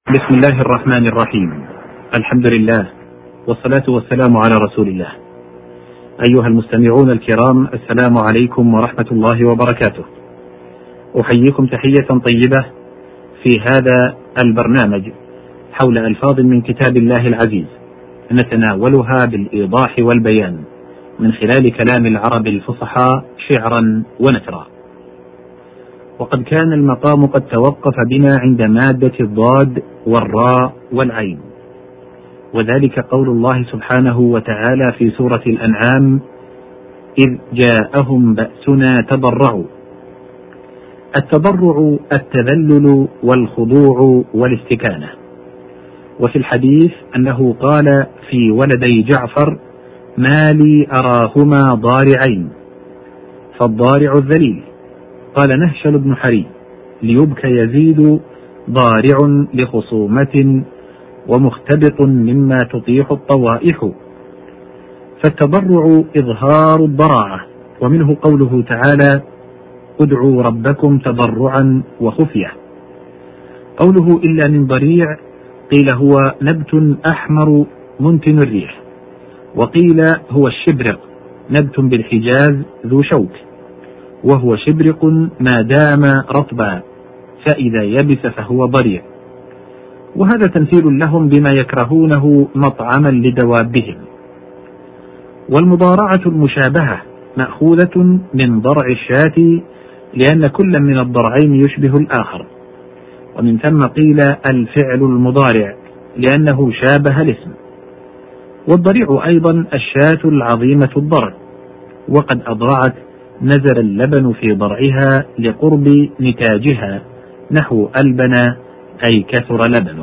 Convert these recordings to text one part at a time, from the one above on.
بسم الله الرحمن الرحيم. الحمد لله والصلاة والسلام على رسول الله. أيها المستمعون الكرام، السلام عليكم ورحمة الله وبركاته. أحييكم تحية طيبة في هذا البرنامج حول ألفاظ من كتاب الله العزيز نتناولها بالإيضاح والبيان من خلال كلام العرب الفصحاء شعرا ونثرا. وقد كان المقام قد توقف بنا عند مادة الضاد والراء والعين، وذلك قول الله سبحانه وتعالى في سورة الأنعام: إذ جاءهم بأسنا تضرعوا. التضرع التذلل والخضوع والاستكانة. وفي الحديث أنه قال في ولدي جعفر: ما لي أراهما ضارعين. فالضارع الذليل. قال نهشل بن حري: ليبكى يزيد ضارع لخصومة ومختبط مما تطيح الطوائح. فالتضرع إظهار الضراعة، ومنه قوله تعالى: ادعوا ربكم تضرعا وخفية. قوله إلا من ضريع قيل هو نبت أحمر منتن الريح، وقيل هو الشبرق، نبت بالحجاز ذو شوك، وهو شبرق ما دام رطبا، فإذا يبس فهو ضريع. وهذا تمثيل لهم بما يكرهونه مطعما لدوابهم. والمضارعة المشابهة مأخوذة من ضرع الشاة، لأن كل من الضرعين يشبه الآخر، ومن ثم قيل الفعل المضارع لأنه شابه الاسم. والضريع أيضا الشاة العظيمة الضرع، وقد أضرعت نزل اللبن في ضرعها لقرب نتاجها، نحو ألبن أي كثر لبنه.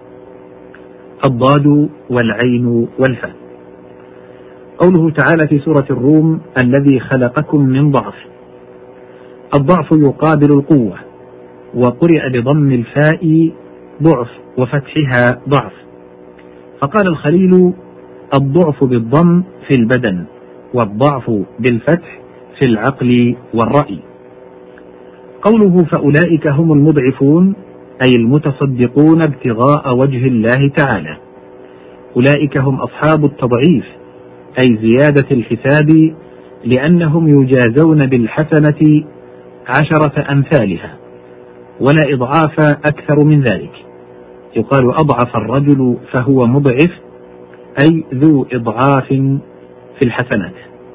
الضاد والعين والفاء. قوله تعالى في سورة الروم: الذي خلقكم من ضعف. الضعف يقابل القوة، وقرئ بضم الفاء ضعف وفتحها ضعف. فقال الخليل: الضعف بالضم في البدن، والضعف بالفتح في العقل والرأي. قوله فأولئك هم المضعفون، أي المتصدقون ابتغاء وجه الله تعالى. أولئك هم أصحاب التضعيف، أي زيادة الحساب، لأنهم يجازون بالحسنة 10 أمثالها، ولا إضعاف أكثر من ذلك. يقال أضعف الرجل فهو مضعف، أي ذو إضعاف في الحسنات.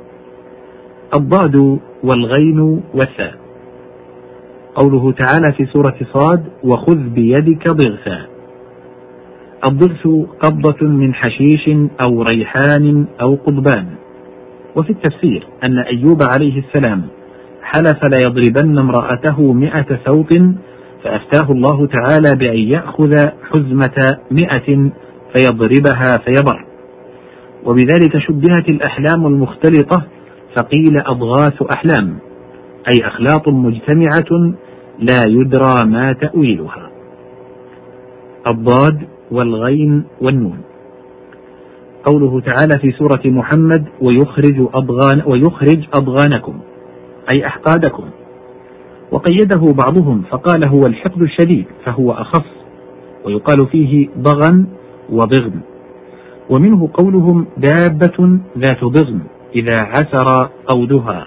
الضاد والغين والثاء. قوله تعالى في سورة صاد: وخذ بيدك ضغثا. الضغث قبضة من حشيش أو ريحان أو قضبان. وفي التفسير أن أيوب عليه السلام حلف ليضربن امرأته 100 سوط، فأفتاه الله تعالى بأن يأخذ حزمة 100 فيضربها فيبر. وبذلك شبهت الأحلام المختلطة، فقيل أضغاث أحلام، أي أخلاط مجتمعة لا يدرى ما تأويلها. الضاد والغين والنون. قوله تعالى في سورة محمد: ويخرج أضغانكم، أي أحقادكم. وقيده بعضهم فقال هو الحقد الشديد، فهو أخص، ويقال فيه ضغن وضغن. ومنه قولهم دابة ذات ضغن إذا عسر قودها.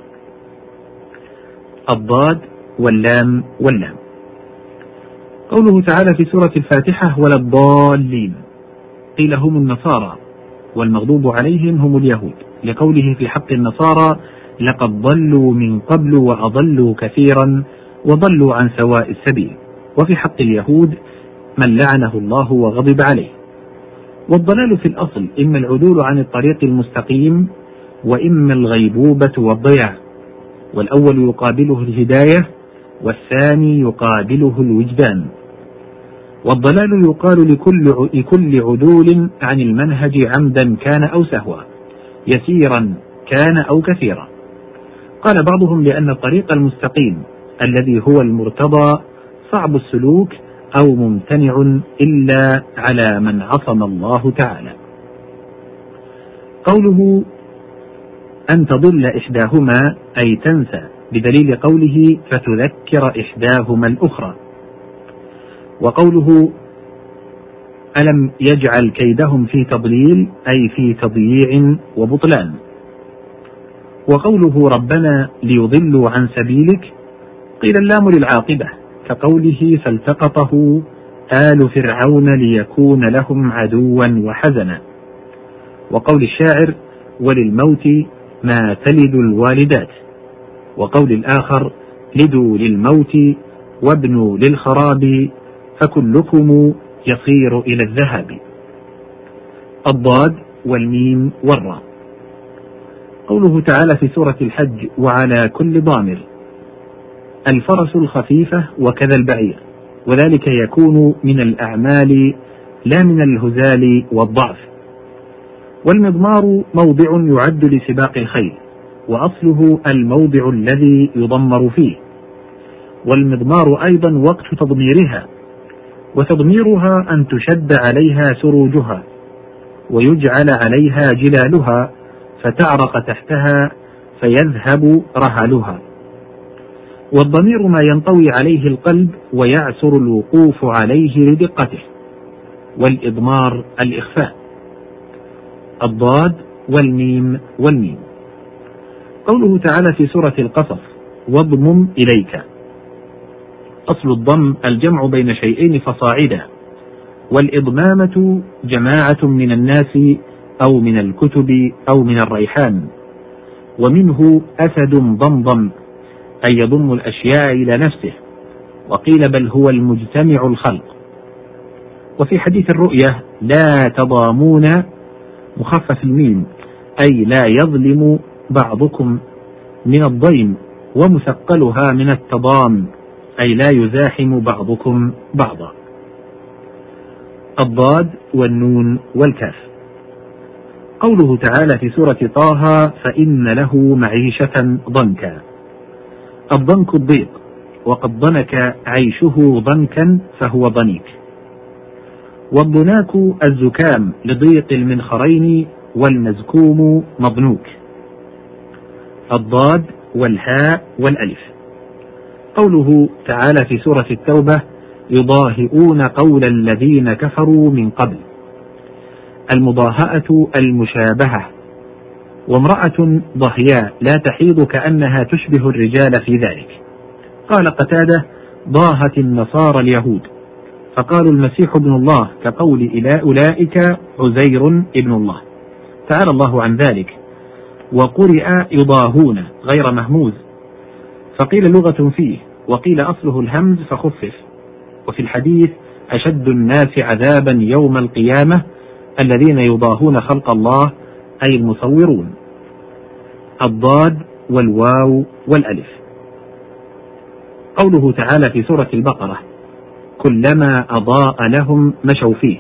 الضاد واللام واللام. قوله تعالى في سورة الفاتحة: ولا الضالين، قيل هم النصارى، والمغضوب عليهم هم اليهود، لقوله في حق النصارى: لقد ضلوا من قبل وأضلوا كثيرا وضلوا عن سواء السبيل. وفي حق اليهود: من لعنه الله وغضب عليه. والضلال في الأصل إما العدول عن الطريق المستقيم، وإما الغيبوبة والضياع، والأول يقابله الهداية، والثاني يقابله الوجدان. والضلال يقال لكل عدول عن المنهج عمدا كان أو سهوا، يسيرا كان أو كثيرا. قال بعضهم لأن الطريق المستقيم الذي هو المرتضى صعب السلوك أو ممتنع إلا على من عصم الله تعالى. قوله أن تضل إحداهما، أي تنسى، بدليل قوله فتذكر إحداهما الأخرى. وقوله ألم يجعل كيدهم في تضليل أي في تضييع وبطلان. وقوله ربنا ليضلوا عن سبيلك قيل اللام للعاقبة كقوله فالتقطه آل فرعون ليكون لهم عدوا وحزنا. وقول الشاعر وللموت ما تلد الوالدات. وقول الآخر لدوا للموت وابنوا للخراب فكلكم يصير إلى الذهاب. الضاد والميم والراء. قوله تعالى في سورة الحج وعلى كل ضامر. الفرس الخفيفة وكذا البعير، وذلك يكون من الأعمال لا من الهزال والضعف. والمضمار موضع يعد لسباق الخيل، وأصله الموضع الذي يضمر فيه. والمضمار أيضا وقت تضميرها، وتضميرها أن تشد عليها سروجها ويجعل عليها جلالها فتعرق تحتها فيذهب رهلها. والضمير ما ينطوي عليه القلب ويعسر الوقوف عليه لدقته. والإضمار الإخفاء. الضاد والميم والميم. قوله تعالى في سورة القصص واضمم إليك. أصل الضم الجمع بين شيئين فصاعدا، والإضمامة جماعة من الناس أو من الكتب أو من الريحان. ومنه أسد ضمضم أي يضم الأشياء إلى نفسه، وقيل بل هو المجتمع الخلق. وفي حديث الرؤية لا تضامون مخفف الميم أي لا يظلم بعضكم من الضيم، ومثقلها من التضام أي لا يزاحم بعضكم بعضا. الضاد والنون والكاف. قوله تعالى في سورة طه فإن له معيشة ضنكا. الضنك الضيق، وقد ضنك عيشه ضنكا فهو ضنيك. والضناك الزكام لضيق المنخرين، والمزكوم مضنوك. الضاد والهاء والألف. قوله تعالى في سورة التوبة يضاهئون قول الذين كفروا من قبل. المضاهأة المشابهة. وامرأة ضهياء لا تحيض كأنها تشبه الرجال في ذلك. قال قتادة ضاهت النصارى اليهود، فقالوا المسيح ابن الله كقول أولئك عزير ابن الله، تعالى الله عن ذلك. وقرئ يضاهون غير مهموز، فقيل لغة فيه، وقيل أصله الهمز فخفف. وفي الحديث أشد الناس عذابا يوم القيامة الذين يضاهون خلق الله أي المصورون. الضاد والواو والألف. قوله تعالى في سورة البقرة كلما أضاء لهم مشوا فيه.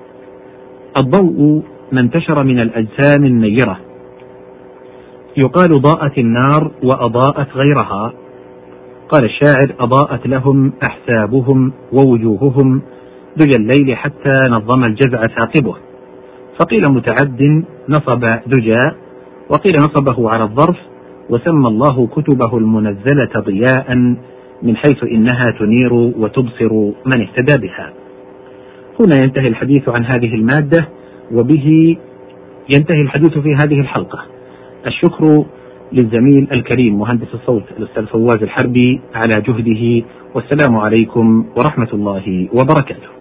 الضوء ما انتشر من الأجسام النيرة، يقال ضاءت النار وأضاءت غيرها. قال الشاعر أضاءت لهم أحسابهم ووجوههم دجى الليل حتى نظم الجزع ثاقبه. فقيل متعد نصب دجى، وقيل نصبه على الظرف، وسمى الله كتبه المنزلة ضياء من حيث إنها تنير وتبصر من اهتدى بها. هنا ينتهي الحديث عن هذه المادة، وبه ينتهي الحديث في هذه الحلقة. الشكر للزميل الكريم مهندس الصوت الأستاذ فواز الحربي على جهده، والسلام عليكم ورحمة الله وبركاته.